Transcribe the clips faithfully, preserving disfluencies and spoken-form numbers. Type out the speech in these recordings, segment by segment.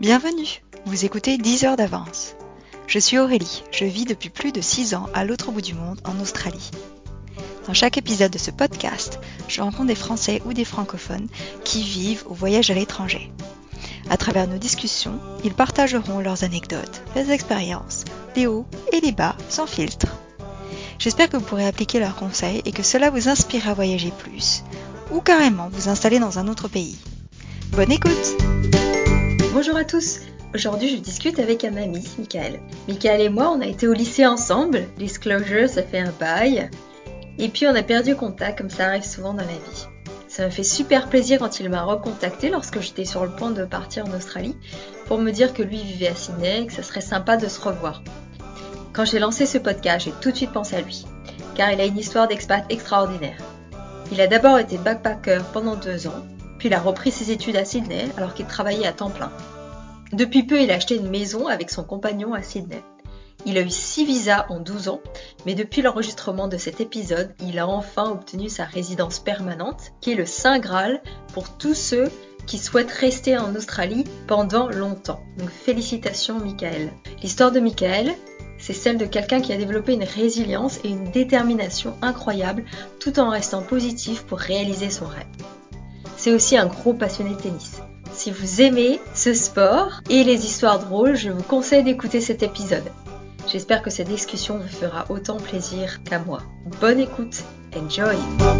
Bienvenue, vous écoutez dix heures d'avance. Je suis Aurélie, je vis depuis plus de six ans à l'autre bout du monde, en Australie. Dans chaque épisode de ce podcast, je rencontre des Français ou des francophones qui vivent ou voyagent à l'étranger. À travers nos discussions, ils partageront leurs anecdotes, leurs expériences, les hauts et les bas, sans filtre. J'espère que vous pourrez appliquer leurs conseils et que cela vous inspire à voyager plus, ou carrément vous installer dans un autre pays. Bonne écoute! Bonjour à tous, aujourd'hui je discute avec un ami, Michael. Michael et moi on a été au lycée ensemble, disclosure ça fait un bail, et puis on a perdu contact comme ça arrive souvent dans la vie. Ça m'a fait super plaisir quand il m'a recontacté lorsque j'étais sur le point de partir en Australie pour me dire que lui vivait à Sydney et que ça serait sympa de se revoir. Quand j'ai lancé ce podcast, j'ai tout de suite pensé à lui, car il a une histoire d'expat extraordinaire. Il a d'abord été backpacker pendant deux ans, puis il a repris ses études à Sydney alors qu'il travaillait à temps plein. Depuis peu, il a acheté une maison avec son compagnon à Sydney. Il a eu six visas en douze ans, mais depuis l'enregistrement de cet épisode, il a enfin obtenu sa résidence permanente, qui est le Saint Graal pour tous ceux qui souhaitent rester en Australie pendant longtemps. Donc félicitations Michael. L'histoire de Michael, c'est celle de quelqu'un qui a développé une résilience et une détermination incroyables tout en restant positif pour réaliser son rêve. C'est aussi un gros passionné de tennis. Si vous aimez ce sport et les histoires drôles, je vous conseille d'écouter cet épisode. J'espère que cette discussion vous fera autant plaisir qu'à moi. Bonne écoute, enjoy!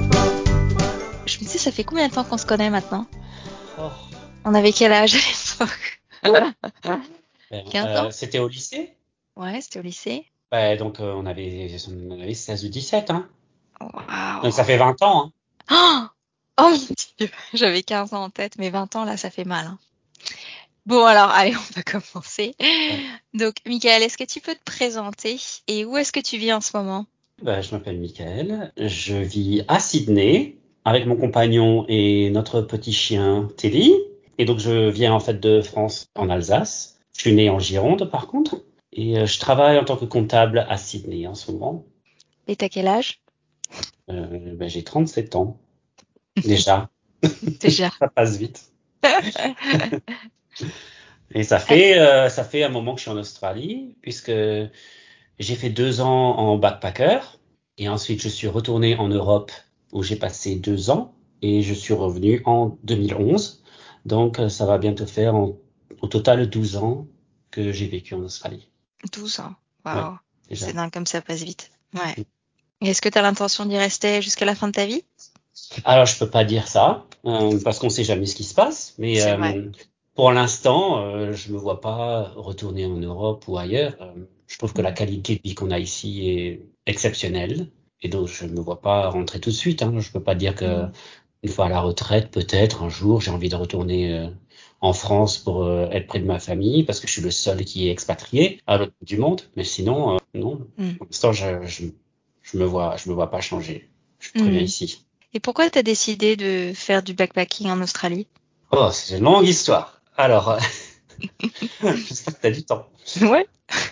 Je me dis, ça fait combien de temps qu'on se connaît maintenant? Oh. On avait quel âge à l'époque? Ben, quinze euh, ans? C'était au lycée. Ouais, c'était au lycée. Ben, donc euh, on avait, on avait seize ou dix-sept, hein. Waouh! Donc ça fait vingt ans, hein. Oh, oh mon Dieu! J'avais quinze ans en tête, mais vingt ans, là, ça fait mal. Hein. Bon, alors, allez, on va commencer. Ouais. Donc, Michael, est-ce que tu peux te présenter et où est-ce que tu vis en ce moment? Ben, je m'appelle Michael, je vis à Sydney avec mon compagnon et notre petit chien Teddy. Et donc je viens en fait de France, en Alsace. Je suis né en Gironde par contre. Et euh, je travaille en tant que comptable à Sydney en ce moment. Et t'as quel âge? Euh, ben, j'ai trente-sept ans déjà. Déjà. Ça passe vite. Et ça fait, euh, ça fait un moment que je suis en Australie, puisque j'ai fait deux ans en backpacker, et ensuite je suis retourné en Europe, où j'ai passé deux ans, et je suis revenu en deux mille onze. Donc euh, ça va bientôt faire en- au total douze ans que j'ai vécu en Australie. douze ans. Ouais, Waouh. déjà. C'est dingue comme ça passe vite. Ouais. Et est-ce que tu as l'intention d'y rester jusqu'à la fin de ta vie? Alors je peux pas dire ça, euh, parce qu'on sait jamais ce qui se passe, mais C'est vrai. euh, pour l'instant, euh, je me vois pas retourner en Europe ou ailleurs. Euh, je trouve que la Mm. qualité de vie qu'on a ici est exceptionnelle, et donc je me vois pas rentrer tout de suite. Hein. Je peux pas dire que Mm. une fois à la retraite, peut-être un jour, j'ai envie de retourner euh, en France pour euh, être près de ma famille, parce que je suis le seul qui est expatrié à l'autre bout du monde. Mais sinon, euh, non. Mm. Pour l'instant, je, je, je me vois, je me vois pas changer. Je suis très bien Mm. ici. Et pourquoi tu as décidé de faire du backpacking en Australie? Oh, c'est une longue histoire. Alors, euh, j'espère que t'as du temps. Ouais.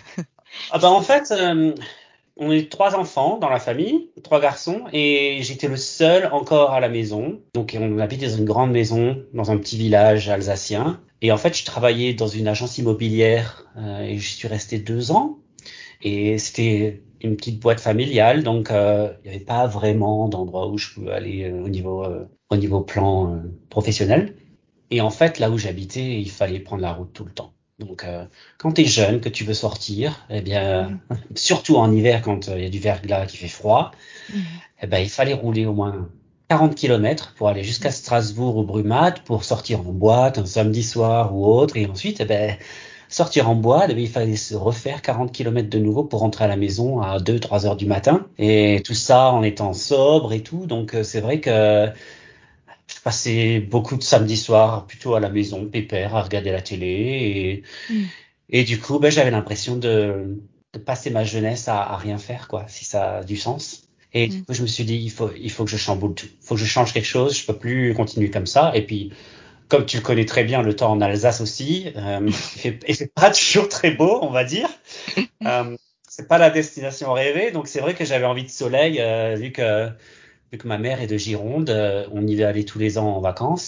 Ah bah en fait, euh, on est trois enfants dans la famille, trois garçons, et j'étais le seul encore à la maison. Donc on habite dans une grande maison, dans un petit village alsacien. Et en fait, je travaillais dans une agence immobilière euh, et j'y suis resté deux ans. Et c'était une petite boîte familiale, donc euh, il n'y avait pas vraiment d'endroit où je pouvais aller euh, au niveau euh, au niveau plan euh, professionnel. Et en fait, là où j'habitais, il fallait prendre la route tout le temps. Donc, euh, quand t'es jeune, que tu veux sortir, eh bien, Mm. surtout en hiver, quand euh, il y a du verglas, qui fait froid, Mm. eh ben, il fallait rouler au moins quarante kilomètres pour aller jusqu'à Strasbourg ou Brumath pour sortir en boîte un samedi soir ou autre. Et ensuite, eh ben, sortir en boîte, eh ben, il fallait se refaire quarante kilomètres de nouveau pour rentrer à la maison à deux, trois heures du matin. Et tout ça en étant sobre et tout. Donc, euh, c'est vrai que je passais beaucoup de samedis soirs plutôt à la maison, pépère, à regarder la télé. Mm. Et, et du coup, ben, j'avais l'impression de, de passer ma jeunesse à, à rien faire, quoi, si ça a du sens. Et du Mm. coup, je me suis dit, il faut, il faut que je chamboule tout. Il faut que je change quelque chose. Je peux plus continuer comme ça. Et puis, comme tu le connais très bien, le temps en Alsace aussi, euh, il fait, il fait pas toujours très beau, on va dire. Euh, c'est pas la destination rêvée. Donc, c'est vrai que j'avais envie de soleil, euh, vu que, vu que ma mère est de Gironde, euh, on y va aller tous les ans en vacances.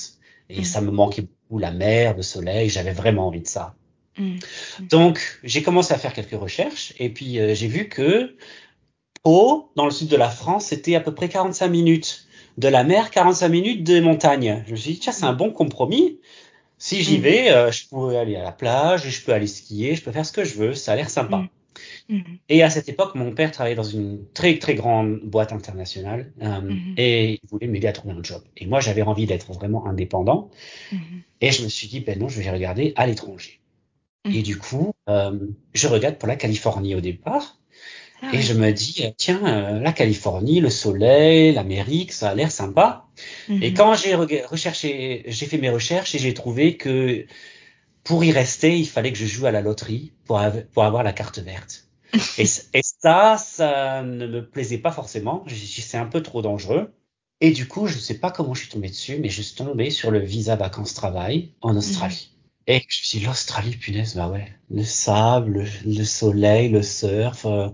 Et Mm. ça me manquait beaucoup, la mer, le soleil, j'avais vraiment envie de ça. Mm. Donc, j'ai commencé à faire quelques recherches et puis euh, j'ai vu que Pau, dans le sud de la France, c'était à peu près quarante-cinq minutes de la mer, quarante-cinq minutes des montagnes. Je me suis dit, tiens, c'est un bon compromis. Si j'y Mm. vais, euh, je peux aller à la plage, je peux aller skier, je peux faire ce que je veux, ça a l'air Mm. sympa. Mm. Et à cette époque, mon père travaillait dans une très très grande boîte internationale euh, Mm. et il voulait m'aider à trouver un job. Et moi, j'avais envie d'être vraiment indépendant Mm. et je me suis dit, ben non, je vais regarder à l'étranger. Et Mm. du coup, euh, je regarde pour la Californie au départ Ah et ouais. je me dis, euh, tiens, euh, la Californie, le soleil, l'Amérique, ça a l'air sympa. Et Mhm. quand j'ai re- recherché, j'ai fait mes recherches et j'ai trouvé que pour y rester, il fallait que je joue à la loterie pour, av- pour avoir la carte verte. Et, c- et ça, ça ne me plaisait pas forcément. J'ai dit, c'est un peu trop dangereux. Et du coup, je ne sais pas comment je suis tombé dessus, mais je suis tombé sur le visa vacances-travail en Mhm. Australie. Et je me suis dit, l'Australie, punaise, bah ouais, le sable, le, le soleil, le surf, euh,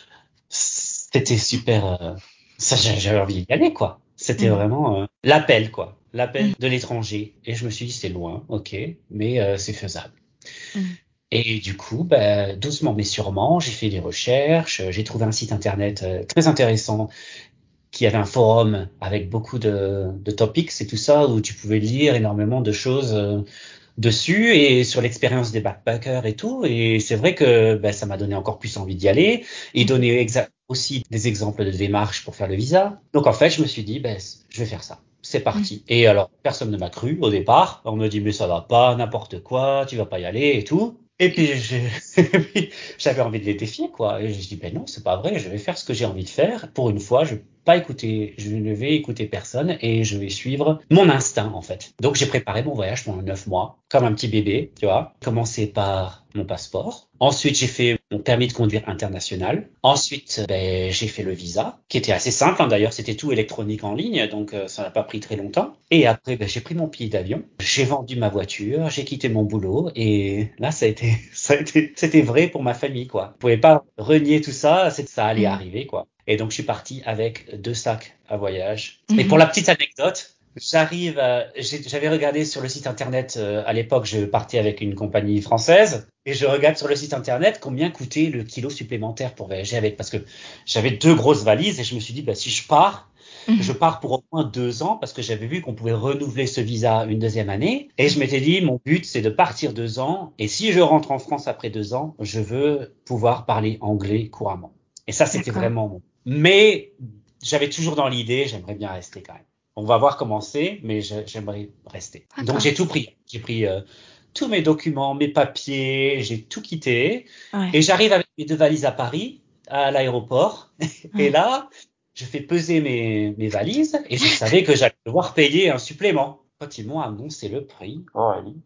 c'était super. Euh, ça, j'a- j'avais envie d'y aller, quoi. C'était Mhm. vraiment euh, l'appel, quoi. L'appel Mhm. de l'étranger. Et je me suis dit, c'est loin, ok, mais euh, c'est faisable. Mhm. Et du coup, bah, doucement mais sûrement, j'ai fait des recherches, euh, j'ai trouvé un site internet euh, très intéressant qui avait un forum avec beaucoup de, de topics et tout ça, où tu pouvais lire énormément de choses euh, dessus et sur l'expérience des backpackers et tout. Et c'est vrai que bah, ça m'a donné encore plus envie d'y aller et Mhm. donner exa- aussi des exemples de démarches pour faire le visa. Donc en fait, je me suis dit, ben, je vais faire ça. C'est Mhm. parti. Et alors, personne ne m'a cru au départ. On me dit, mais ça va pas, n'importe quoi, tu vas pas y aller et tout. Et puis, j'ai- et puis, j'avais envie de les défier, quoi. Et je dis, ben non, c'est pas vrai, je vais faire ce que j'ai envie de faire. Pour une fois, je vais pas écouter, je ne vais écouter personne et je vais suivre mon instinct, en fait. Donc, j'ai préparé mon voyage pendant neuf mois, comme un petit bébé, tu vois. Commencé par mon passeport. Ensuite, j'ai fait mon permis de conduire international. Ensuite, ben, j'ai fait le visa, qui était assez simple, hein, d'ailleurs, c'était tout électronique en ligne, donc euh, ça n'a pas pris très longtemps. Et après, ben, j'ai pris mon billet d'avion, j'ai vendu ma voiture, j'ai quitté mon boulot, et là, ça a été, ça a été, c'était vrai pour ma famille, quoi. Je pouvais pas renier tout ça, c'est ça allait Mhm. arriver, quoi. Et donc, je suis parti avec deux sacs à voyage. Et pour Mhm. la petite anecdote, j'arrive, à- j'ai- j'avais regardé sur le site internet, euh, à l'époque, je partais avec une compagnie française, et je regarde sur le site internet combien coûtait le kilo supplémentaire pour voyager avec, parce que j'avais deux grosses valises, et je me suis dit, bah, si je pars, je Mhm. pars pour au moins deux ans, parce que j'avais vu qu'on pouvait renouveler ce visa une deuxième année, et je m'étais dit, mon but, c'est de partir deux ans, et si je rentre en France après deux ans, je veux pouvoir parler anglais couramment. Et ça, c'était D'accord. vraiment bon. Mais j'avais toujours dans l'idée, j'aimerais bien rester quand même. On va voir comment c'est, mais je- j'aimerais rester. Donc D'accord. j'ai tout pris. J'ai pris euh, tous mes documents, mes papiers, j'ai tout quitté. Ouais. Et j'arrive avec mes deux valises à Paris, à l'aéroport. Et Ouais. là, je fais peser mes, mes valises et je savais que j'allais devoir payer un supplément. Quand ils m'ont annoncé le prix, oh, Ali,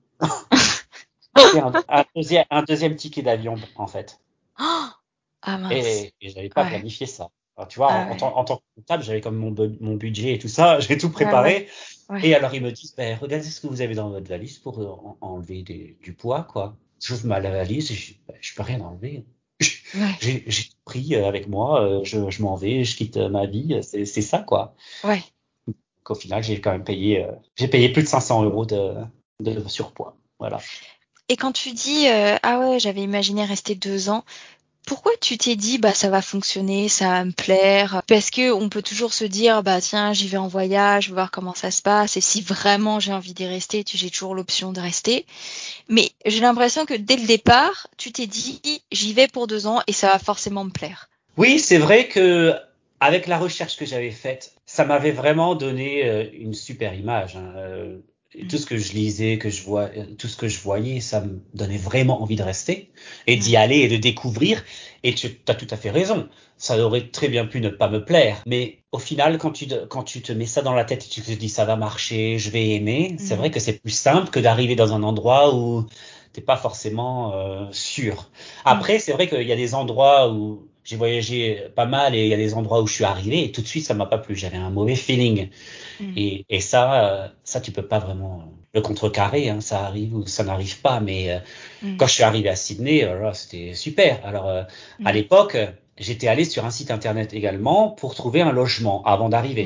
c'est un, un deuxième, un deuxième ticket d'avion, en fait. Oh, ah mince. Et, et j'avais pas Ouais. planifié ça. Alors, tu vois, Ah en, en, ouais. tant en tant que comptable, j'avais comme mon, bu- mon budget et tout ça, j'ai tout Ouais, ouais. préparé. Ouais. Et alors, ils me disent, ben, regardez ce que vous avez dans votre valise pour euh, en- enlever des- du poids, quoi. J'ouvre ma valise et je, ben, je peux rien enlever. Ouais. J'ai j'ai tout pris euh, avec moi, euh, je, je m'en vais, je quitte euh, ma vie, c'est c'est ça, quoi. Ouais. Qu'au final, j'ai quand même payé, euh, j'ai payé plus de cinq cents euros de, de surpoids. Voilà. Et quand tu dis euh, ah ouais, j'avais imaginé rester deux ans, pourquoi tu t'es dit bah ça va fonctionner, ça va me plaire? Parce que on peut toujours se dire bah tiens, j'y vais en voyage, voir comment ça se passe, et si vraiment j'ai envie d'y rester, tu- j'ai toujours l'option de rester. Mais j'ai l'impression que dès le départ, tu t'es dit j'y vais pour deux ans et ça va forcément me plaire. Oui, c'est vrai que avec la recherche que j'avais faite, ça m'avait vraiment donné euh, une super image, hein. Euh, et tout Mm. ce que je lisais, que je vois, euh, tout ce que je voyais, ça me donnait vraiment envie de rester et d'y Ouais. aller et de découvrir. Et tu as tout à fait raison. Ça aurait très bien pu ne pas me plaire, mais au final, quand tu te, quand tu te mets ça dans la tête et tu te dis ça va marcher, je vais aimer, c'est vrai Mm. que c'est plus simple que d'arriver dans un endroit où t'es pas forcément euh, sûr. Mm. Après, c'est vrai qu'il y a des endroits où j'ai voyagé pas mal et il y a des endroits où je suis arrivé et tout de suite ça m'a pas plu. J'avais un mauvais feeling Mm. et, et ça, euh, ça tu peux pas vraiment le contrecarrer. Hein. Ça arrive ou ça n'arrive pas. Mais euh, Mm. quand je suis arrivé à Sydney, euh, là, c'était super. Alors euh, à Mm. l'époque, j'étais allé sur un site internet également pour trouver un logement avant d'arriver. Mm.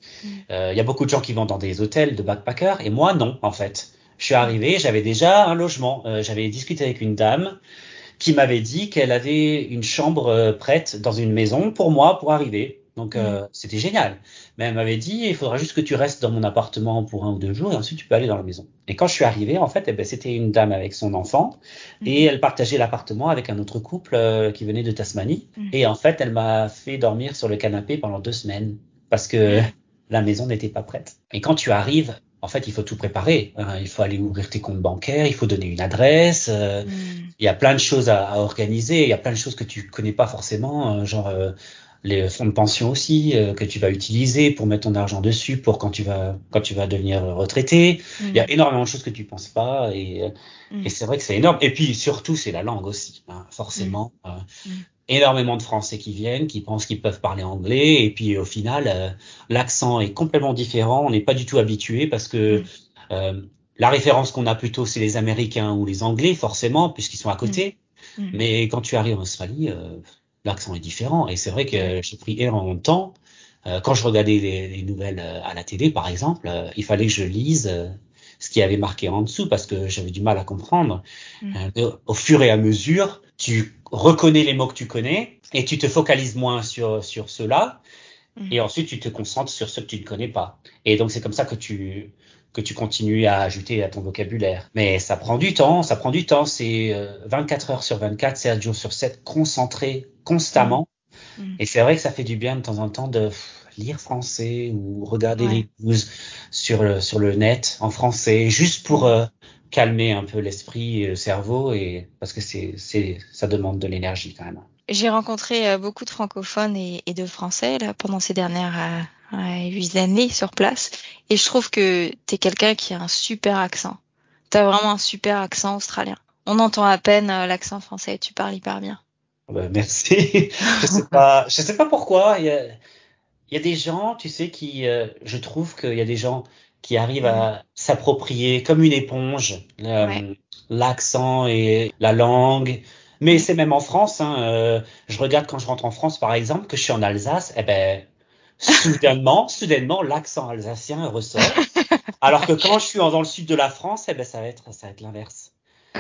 Il mmh. euh, y a beaucoup de gens qui vont dans des hôtels de backpackers et moi non en fait. Je suis arrivé, j'avais déjà un logement. Euh, j'avais discuté avec une dame qui m'avait dit qu'elle avait une chambre euh, prête dans une maison pour moi pour arriver. Donc euh, mmh. c'était génial. Mais elle m'avait dit il faudra juste que tu restes dans mon appartement pour un ou deux jours et ensuite tu peux aller dans la maison. Et quand je suis arrivé en fait, eh ben, c'était une dame avec son enfant mmh. et elle partageait l'appartement avec un autre couple euh, qui venait de Tasmanie. Mmh. Et en fait elle m'a fait dormir sur le canapé pendant deux semaines parce que mmh. la maison n'était pas prête. Et quand tu arrives, en fait, il faut tout préparer. Il faut aller ouvrir tes comptes bancaires, il faut donner une adresse. Euh, mmh. Il y a plein de choses à, à organiser. Il y a plein de choses que tu connais pas forcément, euh, genre euh, les fonds de pension aussi euh, que tu vas utiliser pour mettre ton argent dessus pour quand tu vas quand tu vas devenir retraité. Mmh. Il y a énormément de choses que tu penses pas et, mmh. et c'est vrai que c'est énorme. Et puis surtout, c'est la langue aussi, hein, forcément. Mmh. Euh, mmh. Énormément de Français qui viennent, qui pensent qu'ils peuvent parler anglais, et puis au final, euh, l'accent est complètement différent. On n'est pas du tout habitué parce que mmh. euh, la référence qu'on a plutôt, c'est les Américains ou les Anglais, forcément, puisqu'ils sont à côté. Mmh. Mais quand tu arrives en Australie, euh, l'accent est différent. Et c'est vrai que euh, j'ai pris énormément de temps. Euh, quand je regardais les, les nouvelles à la télé, par exemple, euh, il fallait que je lise euh, ce qui avait marqué en dessous parce que j'avais du mal à comprendre. Mmh. Euh, au fur et à mesure, tu reconnais les mots que tu connais et tu te focalises moins sur sur ceux-là mmh. et ensuite tu te concentres sur ceux que tu ne connais pas. Et donc c'est comme ça que tu que tu continues à ajouter à ton vocabulaire. Mais ça prend du temps, ça prend du temps. C'est euh, vingt-quatre heures sur vingt-quatre, sept jours sur sept, concentré constamment. Mmh. Et c'est vrai que ça fait du bien de temps en temps de lire français ou regarder ouais. les news sur le sur le net en français, juste pour euh, calmer un peu l'esprit et le cerveau, et parce que c'est c'est ça demande de l'énergie quand même. J'ai rencontré euh, beaucoup de francophones et, et de français là pendant ces dernières euh, euh, huit années sur place, et je trouve que t'es quelqu'un qui a un super accent. T'as vraiment un super accent australien. On entend à peine euh, l'accent français. Tu parles hyper bien. Ben, merci. je sais pas, je sais pas pourquoi. Il y a il y a des gens, tu sais, qui, euh, je trouve qu'il y a des gens qui arrivent mmh. à s'approprier comme une éponge euh, ouais. l'accent et la langue. Mais mmh. c'est même en France. Hein, euh, je regarde quand je rentre en France, par exemple, que je suis en Alsace, eh ben, soudainement, soudainement, l'accent alsacien ressort. Alors que quand je suis dans le sud de la France, eh ben, ça va être, ça va être l'inverse.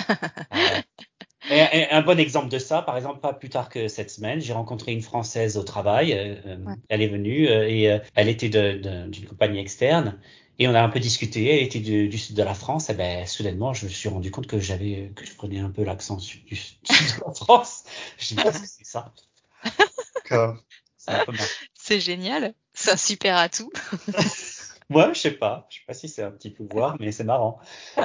Euh, Et, et un bon exemple de ça, par exemple, pas plus tard que cette semaine, j'ai rencontré une Française au travail. Euh, ouais. Elle est venue euh, et euh, elle était de, de, d'une compagnie externe et on a un peu discuté. Elle était du, du sud de la France. Et ben, soudainement, je me suis rendu compte que j'avais que je prenais un peu l'accent du, du sud de la France. Je dis, qu'est-ce que c'est ça? Donc, c'est un peu marrant. C'est génial. C'est un super atout. Moi, je sais pas. Je sais pas si c'est un petit pouvoir, mais c'est marrant.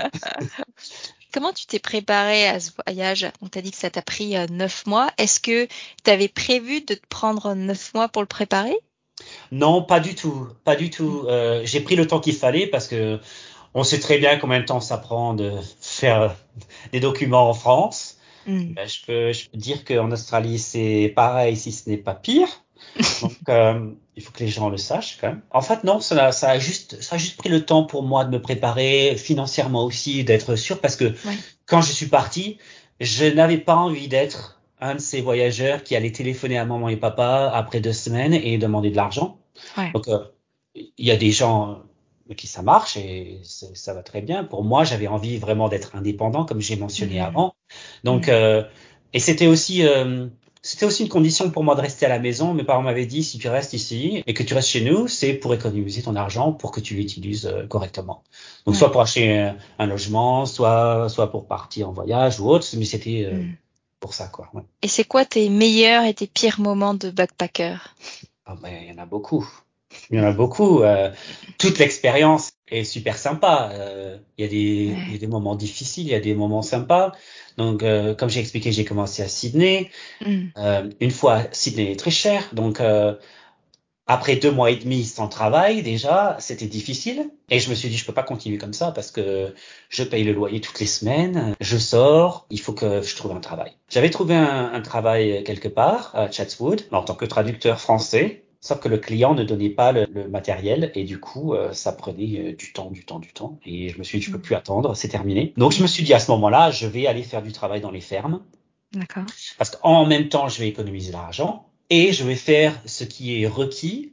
Comment tu t'es préparé à ce voyage? On t'a dit que ça t'a pris euh, neuf mois. Est-ce que tu avais prévu de te prendre neuf mois pour le préparer? Non, pas du tout, pas du tout. Euh, j'ai pris le temps qu'il fallait parce que on sait très bien combien de temps ça prend de faire des documents en France. Mm. Ben, je peux, je peux dire qu'en Australie c'est pareil, si ce n'est pas pire. Donc euh, il faut que les gens le sachent quand même. En fait non, ça, ça a juste, ça a juste pris le temps pour moi de me préparer financièrement aussi, d'être sûr parce que ouais. quand je suis parti, je n'avais pas envie d'être un de ces voyageurs qui allait téléphoner à maman et papa après deux semaines et demander de l'argent. Ouais. Donc euh, il y a des gens qui ça marche et ça va très bien. Pour moi, j'avais envie vraiment d'être indépendant, comme j'ai mentionné mmh. avant. Donc, mmh. euh, et c'était aussi, euh, c'était aussi une condition pour moi de rester à la maison. Mes parents m'avaient dit, si tu restes ici et que tu restes chez nous, c'est pour économiser ton argent, pour que tu l'utilises euh, correctement. Donc, ouais. soit pour acheter un, un logement, soit, soit pour partir en voyage ou autre, mais c'était euh, mmh. pour ça, quoi. Ouais. Et c'est quoi tes meilleurs et tes pires moments de backpacker? Ah ben, il y en a beaucoup. Il y en a beaucoup. Euh, toute l'expérience est super sympa. Euh, il y a des, ouais. il y a des moments difficiles, il y a des moments sympas. Donc, euh, comme j'ai expliqué, j'ai commencé à Sydney. Mm. Euh, une fois, Sydney est très cher. Donc, euh, après deux mois et demi sans travail, déjà, c'était difficile. Et je me suis dit, je peux pas continuer comme ça parce que je paye le loyer toutes les semaines. Je sors, il faut que je trouve un travail. J'avais trouvé un, un travail quelque part à Chatswood en tant que traducteur français. Sauf que le client ne donnait pas le, le matériel et du coup, euh, ça prenait euh, du temps, du temps, du temps. Et je me suis dit, je peux plus attendre, c'est terminé. Donc, je me suis dit à ce moment-là, je vais aller faire du travail dans les fermes. D'accord. Parce qu'en même temps, je vais économiser l'argent et je vais faire ce qui est requis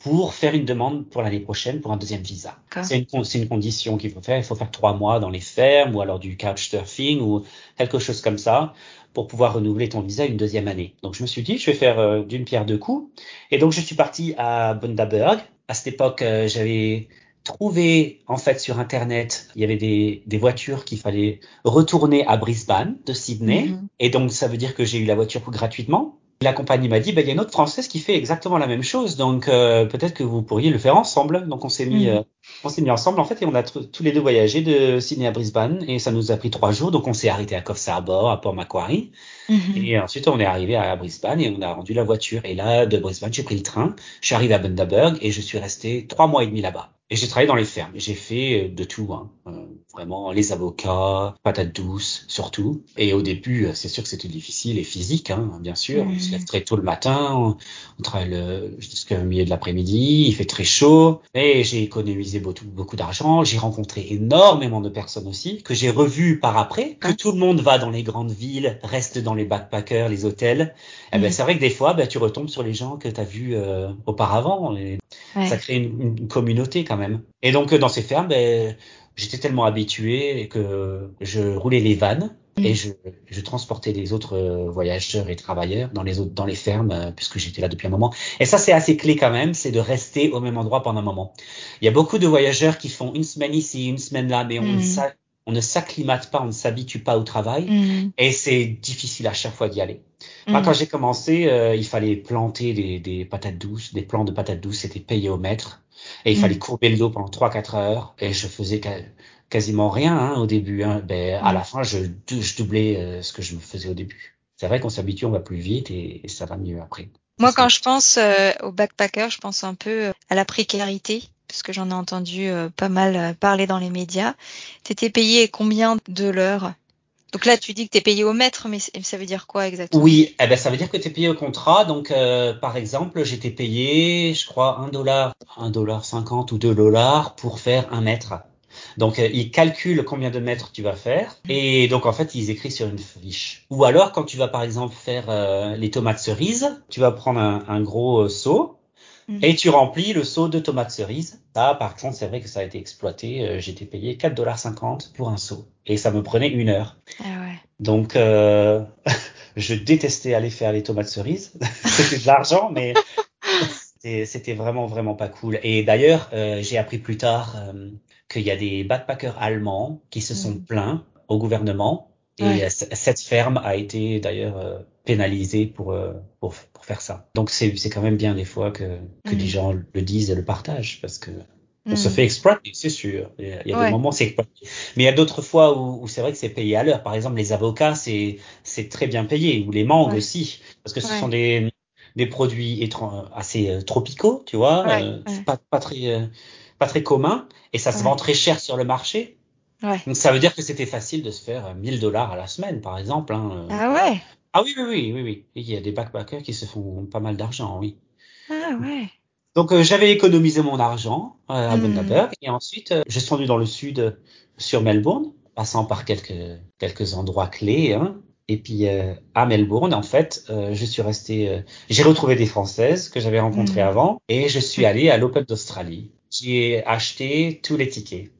pour faire une demande pour l'année prochaine pour un deuxième visa. D'accord. C'est une, c'est une condition qu'il faut faire. Il faut faire trois mois dans les fermes ou alors du couchsurfing ou quelque chose comme ça pour pouvoir renouveler ton visa une deuxième année. Donc je me suis dit, je vais faire euh, d'une pierre deux coups. Et donc je suis parti à Bundaberg. À cette époque, euh, j'avais trouvé en fait sur Internet, il y avait des, des voitures qu'il fallait retourner à Brisbane de Sydney. Mhm. Et donc ça veut dire que j'ai eu la voiture gratuitement. La compagnie m'a dit, bah, il y a une autre Française qui fait exactement la même chose, donc euh, peut-être que vous pourriez le faire ensemble. Donc on s'est mis, Mhm. euh, on s'est mis ensemble en fait et on a t- tous les deux voyagé de Sydney à Brisbane et ça nous a pris trois jours. Donc on s'est arrêté à Coffs Harbour, à Port Macquarie Mhm. et ensuite on est arrivé à Brisbane et on a rendu la voiture. Et là de Brisbane j'ai pris le train, je suis arrivé à Bundaberg et je suis resté trois mois et demi là-bas. Et j'ai travaillé dans les fermes. J'ai fait euh, de tout, hein. Euh, vraiment les avocats, patates douces surtout. Et au début, euh, c'est sûr que c'était difficile et physique, hein, bien sûr. On se lève Mhm. très tôt le matin, on, on travaille le, jusqu'au milieu de l'après-midi, il fait très chaud. Et j'ai économisé beaucoup, beaucoup d'argent. J'ai rencontré énormément de personnes aussi que j'ai revues par après. Que Ouais. tout le monde va dans les grandes villes, reste dans les backpackers, les hôtels. Eh ben Mhm. c'est vrai que des fois, ben, tu retombes sur les gens que tu as vus euh, auparavant. Et ça Ouais. crée une, une communauté quand même. Et donc euh, dans ces fermes, ben, j'étais tellement habitué que je roulais les vannes et Mhm. je, je transportais les autres euh, voyageurs et travailleurs dans les autres dans les fermes euh, puisque j'étais là depuis un moment. Et ça c'est assez clé quand même, c'est de rester au même endroit pendant un moment. Il y a beaucoup de voyageurs qui font une semaine ici, une semaine là, mais on ne Mhm. s'a- on ne s'acclimate pas, on ne s'habitue pas au travail Mhm. et c'est difficile à chaque fois d'y aller. Moi, quand Mhm. j'ai commencé, euh, il fallait planter des, des patates douces, des plants de patates douces, c'était payé au mètre. Et il fallait Mhm. courber le dos pendant trois quatre heures. Et je faisais ca- quasiment rien hein, au début. Hein. Ben, à Mhm. la fin, je, dou- je doublais euh, ce que je me faisais au début. C'est vrai qu'on s'habitue, on va plus vite et, et ça va mieux après. Ça, Moi, c'est quand je pense euh, aux backpackers, je pense un peu euh, à la précarité, parce que j'en ai entendu euh, pas mal euh, parler dans les médias. T'étais payé combien de l'heure? Donc là, tu dis que t'es payé au mètre, mais c- ça veut dire quoi exactement? Oui, eh ben ça veut dire que tu es payé au contrat. Donc, euh, par exemple, j'étais payé, je crois, un dollar, un dollar cinquante ou deux dollars pour faire un mètre. Donc, euh, ils calculent combien de mètres tu vas faire et donc en fait, ils écrivent sur une fiche. Ou alors, quand tu vas par exemple faire euh, les tomates cerises, tu vas prendre un, un gros euh, seau Mhm. et tu remplis le seau de tomates cerises. Là, par contre, c'est vrai que ça a été exploité. Euh, j'étais payé quatre dollars cinquante pour un seau et ça me prenait une heure. Ah ouais. Donc, euh, je détestais aller faire les tomates cerises. C'était de l'argent, mais c'était c'était vraiment, vraiment pas cool. Et d'ailleurs, euh, j'ai appris plus tard euh, qu'il y a des backpackers allemands qui se sont Mhm. plaints au gouvernement. Et Ouais. euh, c- cette ferme a été d'ailleurs euh, pénalisée pour, euh, pour, pour faire ça. Donc, c'est c'est quand même bien des fois que, que des Mhm. gens le disent et le partagent parce que on se fait Mhm. exploiter, c'est sûr. Il y a il y a des Ouais. moments, c'est exploité. Mais il y a d'autres fois où, où c'est vrai que c'est payé à l'heure. Par exemple, les avocats, c'est c'est très bien payé, ou les mangues Ouais. aussi, parce que ce sont Ouais. des des produits étran- assez euh, tropicaux, tu vois, Ouais. euh, c'est Ouais. pas pas très euh, pas très commun, et ça se vend Ouais. très cher sur le marché. Ouais. Donc ça veut dire que c'était facile de se faire euh, mille dollars à la semaine, par exemple. Hein. euh. Ah ouais. Ah oui, oui, oui, oui, oui. Et il y a des backpackers qui se font pas mal d'argent, oui. Ah ouais. Donc euh, j'avais économisé mon argent euh, à Mhm. Bundaberg et ensuite euh, je suis rendu dans le sud euh, sur Melbourne, passant par quelques quelques endroits clés. Hein. Et puis euh, à Melbourne, en fait, euh, je suis resté. Euh, j'ai retrouvé des Françaises que j'avais rencontrées Mhm. avant et je suis allé à l'Open d'Australie. J'ai acheté tous les tickets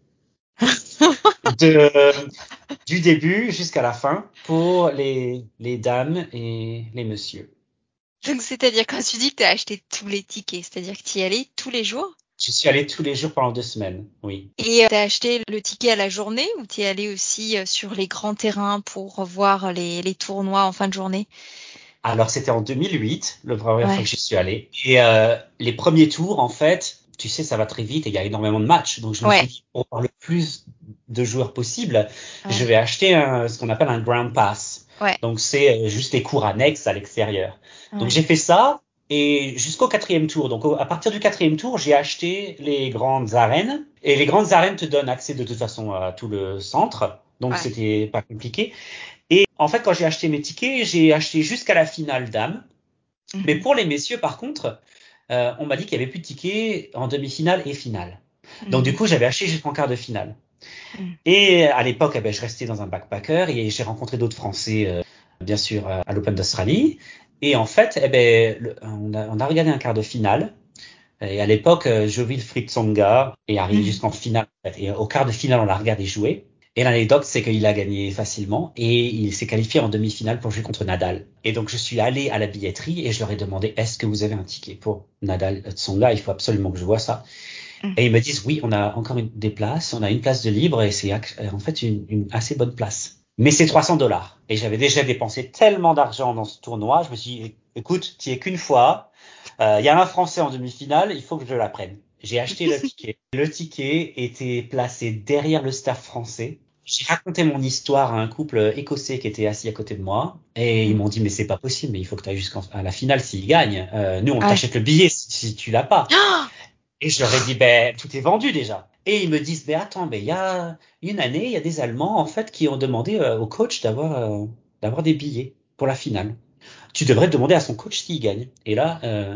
de du début jusqu'à la fin pour les les dames et les messieurs. Donc, c'est-à-dire quand tu dis que tu as acheté tous les tickets, c'est-à-dire que tu y allais tous les jours Je suis allé tous les jours pendant deux semaines. Oui. et tu as acheté le ticket à la journée ou tu es allé aussi euh, sur les grands terrains pour voir les, les tournois en fin de journée? Alors, c'était en deux mille huit, la première fois Ouais, que j'y suis allé. Et euh, les premiers tours, en fait, tu sais, ça va très vite et il y a énormément de matchs. Donc, je me suis ouais, dit, pour avoir le plus de joueurs possible, je ouais, vais acheter un, ce qu'on appelle un ground pass. ouais, Donc, c'est euh, juste les cours annexes à l'extérieur. Donc, ouais. j'ai fait ça et jusqu'au quatrième tour. Donc, au- à partir du quatrième tour, j'ai acheté les grandes arènes. Et les grandes arènes te donnent accès de toute façon à tout le centre. Donc, Ouais. c'était pas compliqué. Et en fait, quand j'ai acheté mes tickets, j'ai acheté jusqu'à la finale dames. Mais Mhm, pour les messieurs, par contre, euh, on m'a dit qu'il y avait plus de tickets en demi-finale et finale. Donc du mhm, coup, j'avais acheté jusqu'en quart de finale. mhm. Et à l'époque, eh ben, je restais dans un backpacker et j'ai rencontré d'autres Français, euh, bien sûr, à l'Open d'Australie. Et en fait, eh ben, le- on a, on a regardé un quart de finale. Et à l'époque, euh, Jo-Wilfried Tsonga est arrivé Mhm. jusqu'en finale. Et au quart de finale, on l'a regardé jouer. Et l'anecdote, c'est qu'il a gagné facilement et il s'est qualifié en demi-finale pour jouer contre Nadal. Et donc, je suis allé à la billetterie et je leur ai demandé, est-ce que vous avez un ticket pour Nadal Tsonga? Il faut absolument que je vois ça. Mm. Et ils me disent, oui, on a encore une, des places, on a une place de libre et c'est en fait une, une assez bonne place. Mais c'est trois cents dollars. Et j'avais déjà dépensé tellement d'argent dans ce tournoi, je me suis dit, écoute, tu y es qu'une fois, il euh, y a un Français en demi-finale, il faut que je la prenne. J'ai acheté le ticket. Le ticket était placé derrière le staff français. J'ai raconté mon histoire à un couple écossais qui était assis à côté de moi et ils m'ont dit mais c'est pas possible, mais il faut que tu ailles jusqu'à la finale s'ils gagnent. Euh, nous on Ouais. t'achète le billet si, si tu l'as pas. Oh, Et je leur ai dit ben tout est vendu déjà. Et ils me disent mais attends mais il y a une année il y a des Allemands en fait qui ont demandé euh, au coach d'avoir euh, d'avoir des billets pour la finale. Tu devrais demander à son coach s'il gagne. Et là euh,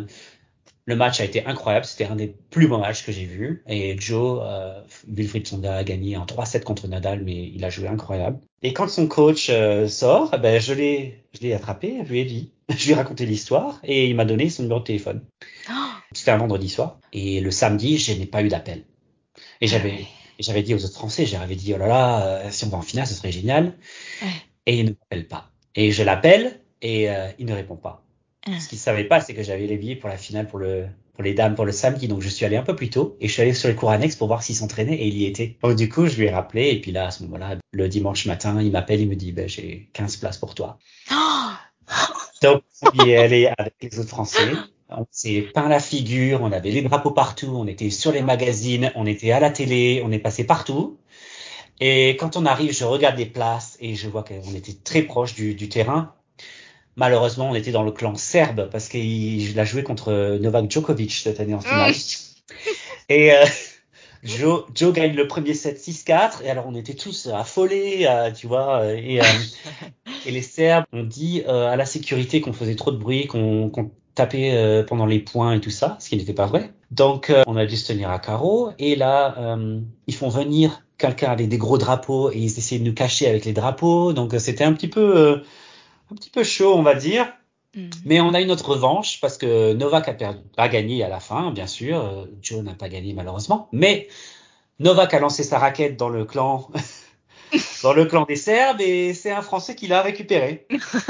le match a été incroyable, c'était un des plus beaux matchs que j'ai vus. Et Joe, euh, Wilfried Tsonga a gagné en trois sept contre Nadal, mais il a joué incroyable. Et quand son coach euh, sort, eh ben, je l'ai, je l'ai attrapé, je lui ai dit, je lui ai raconté l'histoire et il m'a donné son numéro de téléphone. oh. C'était un vendredi soir. Et le samedi, je n'ai pas eu d'appel. Et Ah ouais. j'avais, j'avais dit aux autres Français, j'avais dit, oh là là, euh, si on va en finale, ce serait génial. Ouais. Et il ne m'appelle pas. Et je l'appelle et euh, il ne répond pas. Ce Ah. qu'ils savaient pas, c'est que j'avais les billets pour la finale pour le pour les dames pour le samedi, donc je suis allé un peu plus tôt et je suis allé sur les cours annexes pour voir s'ils s'entraînaient et il y était. Donc du coup, je lui ai rappelé et puis là à ce moment-là, le dimanche matin, il m'appelle, il me dit ben j'ai quinze places pour toi. Oh. Donc on y est allé avec les autres Français. On s'est peint la figure, on avait les drapeaux partout, on était sur les magazines, on était à la télé, on est passé partout. Et quand on arrive, je regarde les places et je vois qu'on était très proche du, du terrain. Malheureusement, on était dans le clan serbe parce qu'il a joué contre Novak Djokovic cette année en finale. Et euh, Joe, Joe gagne le premier set six quatre. Et alors, on était tous affolés, euh, tu vois. Et, euh, et les Serbes ont dit euh, à la sécurité qu'on faisait trop de bruit, qu'on qu'on tapait euh, pendant les points et tout ça, ce qui n'était pas vrai. Donc, euh, on a dû se tenir à carreau. Et là, euh, ils font venir quelqu'un avec des gros drapeaux et ils essaient de nous cacher avec les drapeaux. Donc, euh, c'était un petit peu... Euh, un petit peu chaud, on va dire. Mm. Mais on a eu notre revanche parce que Novak a perdu, a gagné à la fin, bien sûr. Euh, Joe n'a pas gagné malheureusement. Mais Novak a lancé sa raquette dans le clan, dans le clan des Serbes et c'est un Français qui l'a récupéré.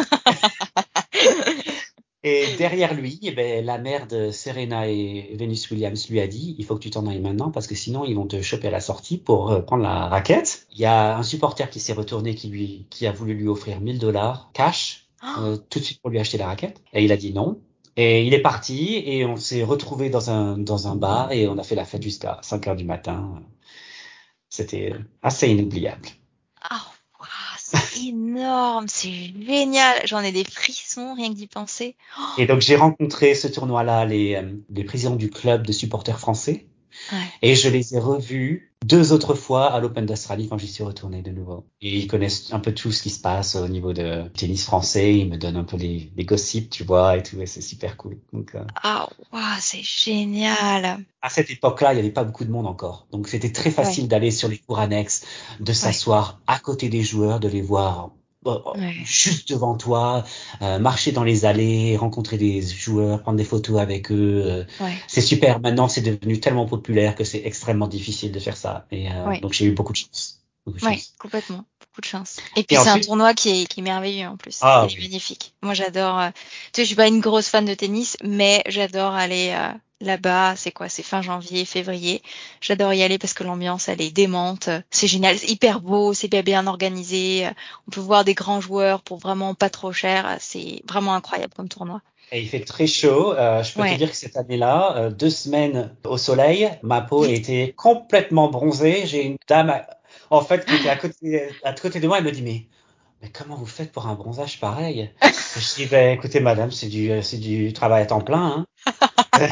Et derrière lui, eh ben, la mère de Serena et Venus Williams lui a dit, il faut que tu t'en ailles maintenant parce que sinon ils vont te choper à la sortie pour euh, prendre la raquette. Il y a un supporter qui s'est retourné qui lui, qui a voulu lui offrir mille dollars cash, euh, tout de suite pour lui acheter la raquette. Et il a dit non. Et il est parti et on s'est retrouvé dans un, dans un bar et on a fait la fête jusqu'à cinq heures du matin. C'était assez inoubliable. Oh, waouh, c'est énorme, c'est génial. J'en ai des frissons rien que d'y penser. Et donc j'ai rencontré ce tournoi-là les, euh, les présidents du club de supporters français. Ouais. Et je les ai revus deux autres fois à l'Open d'Australie quand j'y suis retourné de nouveau. Et ils connaissent un peu tout ce qui se passe au niveau de tennis français. Ils me donnent un peu les, les gossips, tu vois, et tout. Et c'est super cool. Donc, euh, Ah, waouh, c'est génial. à cette époque-là, il n'y avait pas beaucoup de monde encore. Donc, c'était très Ouais, facile d'aller sur les cours annexes, de ouais, s'asseoir à côté des joueurs, de les voir euh, ouais, juste devant toi, euh, marcher dans les allées, rencontrer des joueurs, prendre des photos avec eux. euh, ouais, c'est super. Maintenant, c'est devenu tellement populaire que c'est extrêmement difficile de faire ça. Et euh, ouais, donc, j'ai eu beaucoup de chance. Beaucoup de ouais, chance. complètement. Beaucoup de chance. Et puis Et c'est un ensuite, tournoi qui est, qui est merveilleux en plus. ah Il est oui. magnifique. Moi j'adore. euh, Tu sais, je suis pas une grosse fan de tennis, mais j'adore aller euh, là-bas. C'est quoi? C'est fin janvier, février. J'adore y aller parce que l'ambiance elle est démente. C'est génial, c'est hyper beau, c'est bien bien organisé. On peut voir des grands joueurs pour vraiment pas trop cher. C'est vraiment incroyable comme tournoi. Et il fait très chaud. Euh, je peux te Ouais. dire que cette année-là, euh, deux semaines au soleil, ma peau était complètement bronzée. J'ai une dame, à- en fait, qui était à côté, à côté de moi. Elle me dit, mais, mais comment vous faites pour un bronzage pareil? Et je dis, ben, écoutez, madame, c'est du, euh, c'est du travail à temps plein, hein.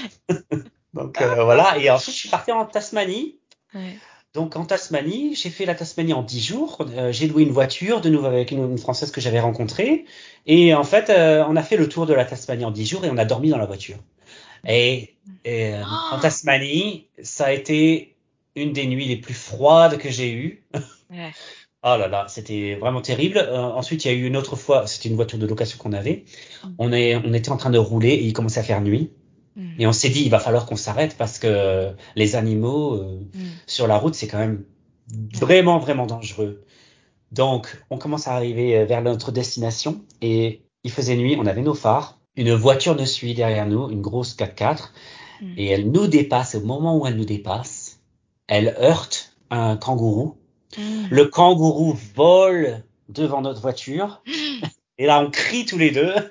Donc euh, voilà. Et ensuite, je suis parti en Tasmanie. Ouais. Donc en Tasmanie, j'ai fait la Tasmanie en dix jours. Euh, j'ai loué une voiture de nouveau avec une, une Française que j'avais rencontrée. Et en fait, euh, on a fait le tour de la Tasmanie en dix jours et on a dormi dans la voiture. Et, et, euh, en Oh, Tasmanie, ça a été une des nuits les plus froides que j'ai eues. ouais. Oh là là, c'était vraiment terrible. Euh, ensuite, il y a eu une autre fois, c'était une voiture de location qu'on avait. On est, on était en train de rouler et il commençait à faire nuit. Mm. Et on s'est dit, il va falloir qu'on s'arrête parce que les animaux euh, Mm. sur la route, c'est quand même Ouais. vraiment, vraiment dangereux. Donc, on commence à arriver vers notre destination et il faisait nuit, on avait nos phares. Une voiture nous suit derrière nous, une grosse quatre-quatre, Mm. et elle nous dépasse. Au moment où elle nous dépasse, elle heurte un kangourou. Mm. Le kangourou vole devant notre voiture. Et là, on crie tous les deux.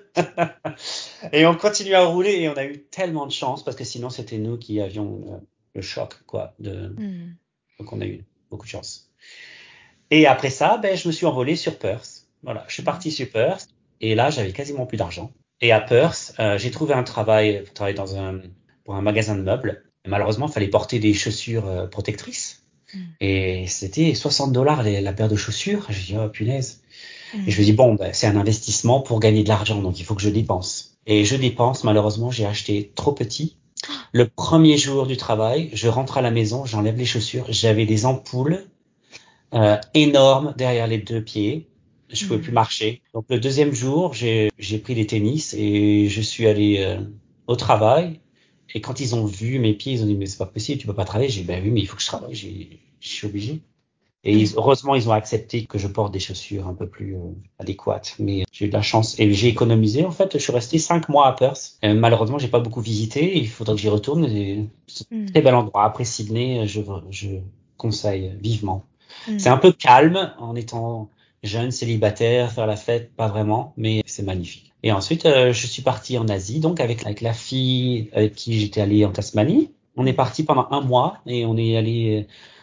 Et on continue à rouler et on a eu tellement de chance parce que sinon, c'était nous qui avions le, le choc, quoi. De... Mm. Donc, on a eu beaucoup de chance. Et après ça, ben, je me suis envolé sur Perth. Voilà, je suis parti sur Perth et là, j'avais quasiment plus d'argent. Et à Perth, euh, j'ai trouvé un travail, pour travailler dans un, pour un magasin de meubles. Et malheureusement, il fallait porter des chaussures euh, protectrices. Mm. Et c'était soixante dollars la paire de chaussures. J'ai dit, oh punaise. Mm. Et je me dis, bon, ben, c'est un investissement pour gagner de l'argent, donc il faut que je dépense. Et je dépense, malheureusement, j'ai acheté trop petit. Le premier jour du travail, je rentre à la maison, j'enlève les chaussures, j'avais des ampoules euh, énormes derrière les deux pieds. Je pouvais plus Mm. marcher. Donc le deuxième jour, j'ai j'ai pris des tennis et je suis allé euh, au travail. Et quand ils ont vu mes pieds, ils ont dit, mais c'est pas possible, tu peux pas travailler. J'ai dit, ben oui, mais il faut que je travaille, j'ai- je suis obligé. Et Mm. ils- heureusement, ils ont accepté que je porte des chaussures un peu plus euh, adéquates. Mais j'ai eu de la chance et j'ai économisé. En fait, je suis resté cinq mois à Perth. Euh, malheureusement, j'ai pas beaucoup visité. Il faudrait que j'y retourne. Et c'est un Mm. très bel endroit. Après Sydney, je, je conseille vivement. C'est Mm. un peu calme en étant jeune, célibataire, faire la fête, pas vraiment, mais c'est magnifique. Et ensuite, euh, je suis parti en Asie, donc avec, avec la fille avec qui j'étais allé en Tasmanie. On est Mm. parti pendant un mois et on est allé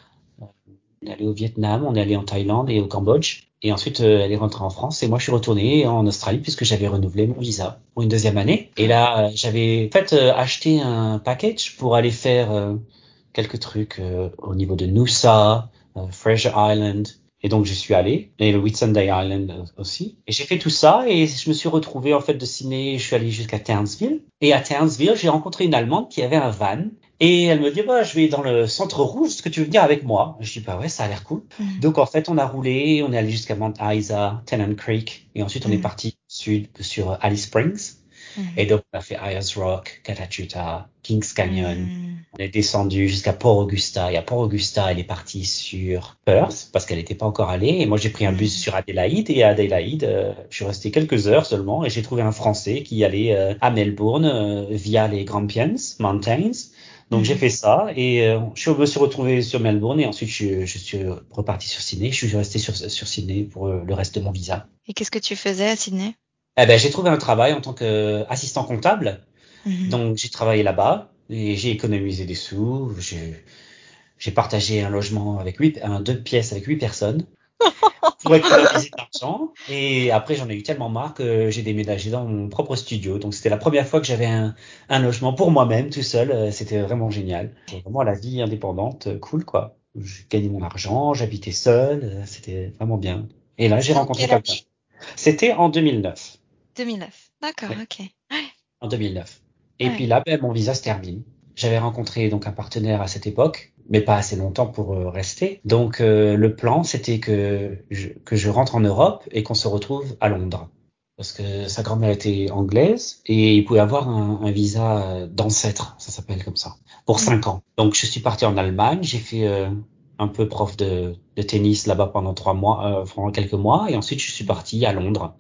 on est allé au Vietnam, on est allé en Thaïlande et au Cambodge. Et ensuite, euh, elle est rentrée en France et moi, je suis retourné en Australie puisque j'avais renouvelé mon visa pour une deuxième année. Et là, euh, j'avais en fait euh, acheté un package pour aller faire euh, quelques trucs euh, au niveau de Noosa, euh, Fraser Island. Et donc, je suis allé, et le Whitsunday Island euh, aussi. Et j'ai fait tout ça et je me suis retrouvé en fait de Sydney, je suis allé jusqu'à Townsville. Et à Townsville, j'ai rencontré une Allemande qui avait un van. Et elle me dit, bah, je vais dans le centre rouge, est-ce que tu veux venir avec moi? Je dis, bah ouais, ça a l'air cool. Mm. Donc, en fait, on a roulé, on est allé jusqu'à Mount Isa, Tennant Creek, et ensuite, on est Mm. parti sud sur Alice Springs. Mm. Et donc, on a fait Ayers Rock, Catachuta, Kings Canyon. Mm. On est descendu jusqu'à Port Augusta. Et à Port Augusta, elle est partie sur Perth, parce qu'elle n'était pas encore allée. Et moi, j'ai pris un bus Mm. sur Adélaïde. Et à Adélaïde, euh, je suis resté quelques heures seulement. Et j'ai trouvé un Français qui allait euh, à Melbourne euh, via les Grampians Mountains. Donc j'ai Mm. fait ça et euh, je me suis retrouvé sur Melbourne et ensuite je, je suis reparti sur Sydney. Je suis resté sur, sur Sydney pour euh, le reste de mon visa. Et qu'est-ce que tu faisais à Sydney? Eh ben, j'ai trouvé un travail en tant qu'assistant comptable. Mhm. Donc j'ai travaillé là-bas et j'ai économisé des sous. J'ai j'ai partagé un logement avec huit, un deux pièces avec huit personnes pour économiser de l'argent. Et après, j'en ai eu tellement marre que j'ai déménagé dans mon propre studio. Donc, c'était la première fois que j'avais un, un logement pour moi-même, tout seul. Euh, C'était vraiment génial. C'est vraiment la vie indépendante, euh, cool, quoi. J'ai gagné mon argent, j'habitais seul, euh, c'était vraiment bien. Et là, j'ai C'était en rencontré quelle quelqu'un. année? C'était en deux mille neuf. deux mille neuf. D'accord, Ouais, ok. Ouais, en deux mille neuf. Et puis ouais. là, ben, mon visa se termine. J'avais rencontré donc un partenaire à cette époque, mais pas assez longtemps pour euh, rester. Donc euh, le plan, c'était que je, que je rentre en Europe et qu'on se retrouve à Londres. Parce que sa grand-mère était anglaise et il pouvait avoir un, un visa euh, d'ancêtre, ça s'appelle comme ça, pour Mm. cinq ans. Donc je suis parti en Allemagne, j'ai fait euh, un peu prof de, de tennis là-bas pendant trois mois, euh, pendant quelques mois, et ensuite je suis parti à Londres.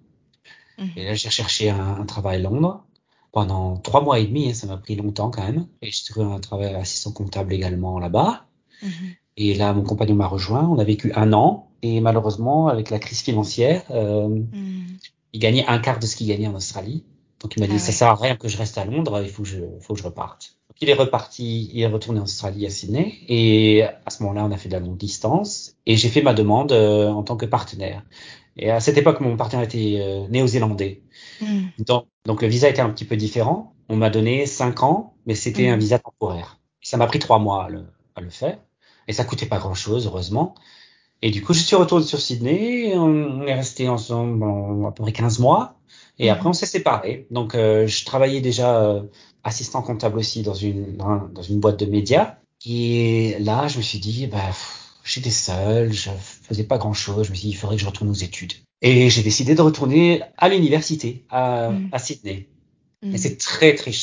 Et Mhm. là, j'ai recherché un, un travail à Londres pendant trois mois et demi, hein, ça m'a pris longtemps quand même. Et j'ai trouvé un travail assistant comptable également là-bas. Mhm. Et là, mon compagnon m'a rejoint. On a vécu un an. Et malheureusement, avec la crise financière, euh, Mm. il gagnait un quart de ce qu'il gagnait en Australie. Donc il m'a dit, Ah ça ouais. sert à rien que je reste à Londres, il faut que je, faut que je reparte. Donc il est reparti, il est retourné en Australie à Sydney. Et à ce moment-là, on a fait de la longue distance. Et j'ai fait ma demande euh, en tant que partenaire. Et à cette époque, mon partenaire était euh, néo-zélandais. Mm. Donc, donc le visa était un petit peu différent. On m'a donné cinq ans, mais c'était un Mhm. visa temporaire. Ça m'a pris trois mois à le, à le faire. Et ça coûtait pas grand-chose, heureusement. Et du coup, je suis retourné sur Sydney. On est resté ensemble en à peu près quinze mois. Et après, on Mhm. s'est séparés. Donc, euh, je travaillais déjà euh, assistant comptable aussi dans une, dans, dans une boîte de médias. Et là, je me suis dit, bah, pff, j'étais seul, je faisais pas grand-chose. Je me suis dit, il faudrait que je retourne aux études. Et j'ai décidé de retourner à l'université, à, Mm. à Sydney. Et Mm. c'est très, très cher.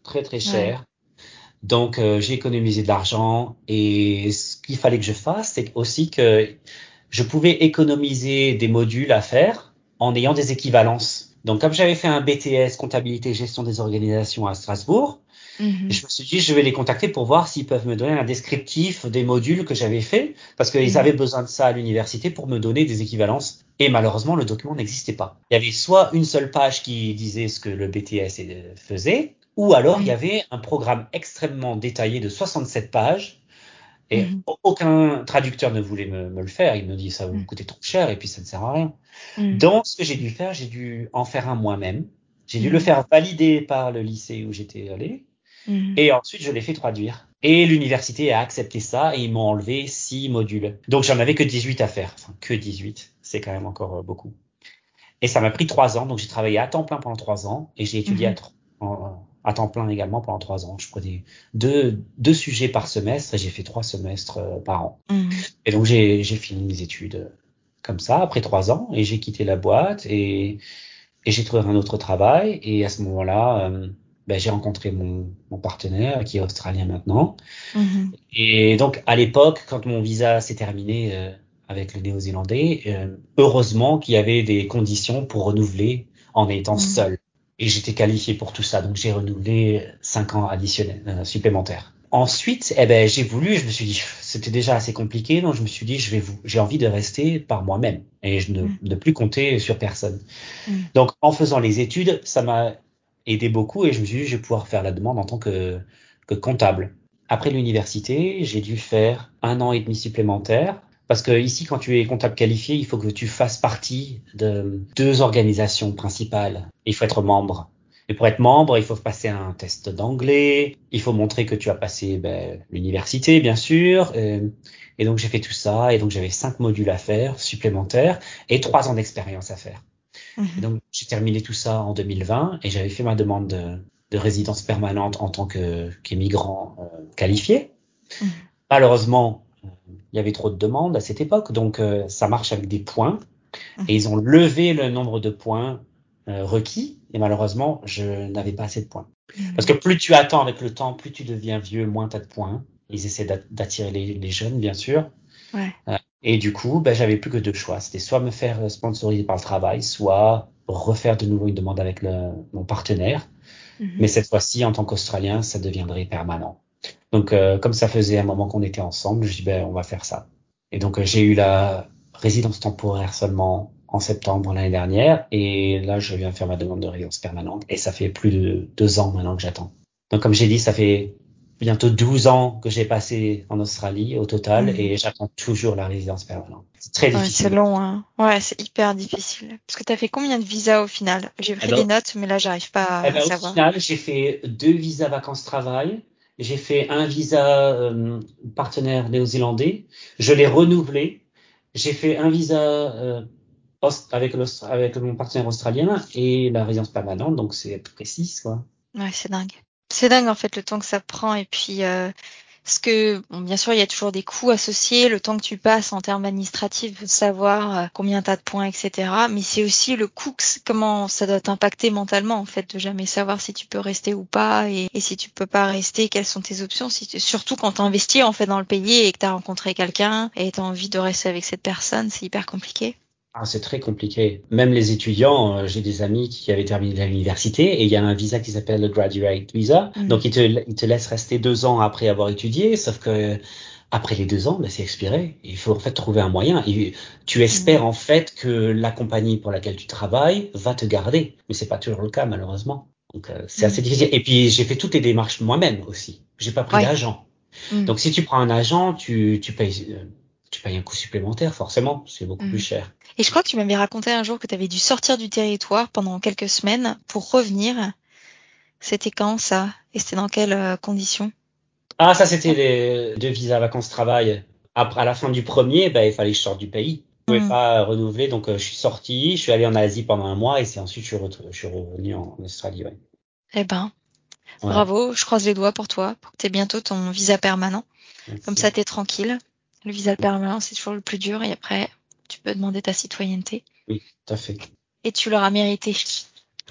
très très Ouais. cher. Donc, euh, j'ai économisé de l'argent et ce qu'il fallait que je fasse, c'est aussi que je pouvais économiser des modules à faire en ayant des équivalences. Donc, comme j'avais fait un B T S, comptabilité et gestion des organisations à Strasbourg, Mhm. je me suis dit, je vais les contacter pour voir s'ils peuvent me donner un descriptif des modules que j'avais fait, parce qu'ils Mhm. avaient besoin de ça à l'université pour me donner des équivalences. Et malheureusement, le document n'existait pas. Il y avait soit une seule page qui disait ce que le B T S faisait, ou alors il y Mhm. avait un programme extrêmement détaillé de soixante-sept pages, et Mhm. aucun traducteur ne voulait me, me le faire. Il me dit, ça va vous coûter trop cher, et puis ça ne sert à rien. Mhm. Donc, ce que j'ai dû faire, j'ai dû en faire un moi-même. J'ai dû le Mhm. faire valider par le lycée où j'étais allé. Mhm. Et ensuite, je l'ai fait traduire. Et l'université a accepté ça et ils m'ont enlevé six modules. Donc, j'en avais que dix-huit à faire. Enfin, que dix-huit. C'est quand même encore euh, beaucoup. Et ça m'a pris trois ans. Donc, j'ai travaillé à temps plein pendant trois ans et j'ai étudié à, Mhm. tr- en- à temps plein également pendant trois ans. Je prenais deux, deux sujets par semestre et j'ai fait trois semestres euh, par an. Mhm. Et donc, j'ai, j'ai fini mes études euh, comme ça après trois ans et j'ai quitté la boîte et et j'ai trouvé un autre travail. Et à ce moment-là, euh, ben, j'ai rencontré mon, mon partenaire qui est australien maintenant. Mhm. Et donc, à l'époque, quand mon visa s'est terminé euh, avec le néo-zélandais, euh, heureusement qu'il y avait des conditions pour renouveler en étant Mhm. seul. Et j'étais qualifié pour tout ça, donc j'ai renouvelé cinq ans additionnels, euh, supplémentaires. Ensuite, eh ben, j'ai voulu, je me suis dit, c'était déjà assez compliqué, donc je me suis dit, je vais vous, j'ai envie de rester par moi-même et je ne, ne plus compter sur personne. Mhm. Donc, en faisant les études, ça m'a aidé beaucoup et je me suis dit, je vais pouvoir faire la demande en tant que, que comptable. Après l'université, j'ai dû faire un an et demi supplémentaire parce que ici, quand tu es comptable qualifié, il faut que tu fasses partie de deux organisations principales. Il faut être membre. Et pour être membre, il faut passer un test d'anglais. Il faut montrer que tu as passé ben, l'université, bien sûr. Et, et donc, j'ai fait tout ça. Et donc, j'avais cinq modules à faire supplémentaires et trois ans d'expérience à faire. Et Mhm. donc, j'ai terminé tout ça en deux mille vingt et j'avais fait ma demande de, de résidence permanente en tant que, qu'immigrant euh, qualifié. Mhm. Malheureusement, euh, il y avait trop de demandes à cette époque, donc euh, ça marche avec des points. Et Mhm. ils ont levé le nombre de points euh, requis. Et malheureusement, je n'avais pas assez de points. Parce que Mhm. plus tu attends avec le temps, plus tu deviens vieux, moins tu as de points. Ils essaient d'a- d'attirer les, les jeunes, bien sûr. Ouais. Euh, Et du coup, ben, j'avais plus que deux choix. C'était soit me faire sponsoriser par le travail, soit refaire de nouveau une demande avec le, mon partenaire. Mhm. Mais cette fois-ci, en tant qu'Australien, ça deviendrait permanent. Donc, euh, comme ça faisait un moment qu'on était ensemble, je dis, ben, on va faire ça. Et donc, euh, j'ai eu la résidence temporaire seulement en septembre l'année dernière. Et là, je viens faire ma demande de résidence permanente. Et ça fait plus de deux ans maintenant que j'attends. Donc, comme j'ai dit, ça fait bientôt douze ans que j'ai passé en Australie au total Mhm. et j'attends toujours la résidence permanente. C'est très Ouais, c'est difficile. long, hein. Ouais, c'est hyper difficile. Parce que t'as fait combien de visas au final? J'ai Eh pris des ben, notes, mais là, j'arrive eh pas à ben, au savoir. final, j'ai fait deux visas vacances-travail. J'ai fait un visa euh, partenaire néo-zélandais. Je l'ai renouvelé. J'ai fait un visa euh, Aust- avec, l'Austra- avec mon partenaire australien et la résidence permanente. Donc, c'est précis, quoi. Ouais, c'est dingue. C'est dingue, en fait, le temps que ça prend. Et puis, euh, parce que, bon, bien sûr, il y a toujours des coûts associés, le temps que tu passes en termes administratifs, de savoir euh, combien t'as de points, et cetera. Mais c'est aussi le coût, que c- comment ça doit t'impacter mentalement, en fait, de jamais savoir si tu peux rester ou pas, et, et si tu peux pas rester, quelles sont tes options, si tu- surtout quand t'as investi, en fait, dans le pays et que t'as rencontré quelqu'un et t'as envie de rester avec cette personne, c'est hyper compliqué. Ah, c'est très compliqué. Même les étudiants, euh, j'ai des amis qui avaient terminé l'université et il y a un visa qui s'appelle le graduate visa. Mm. Donc, il te, il te laisse rester deux ans après avoir étudié, sauf que après les deux ans, ben, c'est expiré. Il faut en fait trouver un moyen. Et tu Mm. espères en fait que la compagnie pour laquelle tu travailles va te garder, mais c'est pas toujours le cas malheureusement. Donc, euh, c'est assez Mm. difficile. Et puis, j'ai fait toutes les démarches moi-même aussi. J'ai pas pris Ouais. d'agent. Mm. Donc, si tu prends un agent, tu, tu payes, euh, tu payes un coût supplémentaire, forcément. C'est beaucoup plus Mm. cher. Et je crois que tu m'avais raconté un jour que tu avais dû sortir du territoire pendant quelques semaines pour revenir. C'était quand ça? Et c'était dans quelles euh, conditions? Ah, ça, c'était les deux visas vacances-travail. Après, à la fin du premier, ben, il fallait que je sorte du pays. Je pouvais Hmm. pas renouveler, donc euh, je suis sorti, je suis allé en Asie pendant un mois et c'est ensuite je suis, re- je suis revenu en, en Australie. Ouais. Eh ben, Ouais, bravo, je croise les doigts pour toi, pour que tu aies bientôt ton visa permanent. Comme ça, merci. tu es tranquille. Le visa permanent, c'est toujours le plus dur et après, tu peux demander ta citoyenneté. Oui, tout à fait. Et tu l'auras mérité.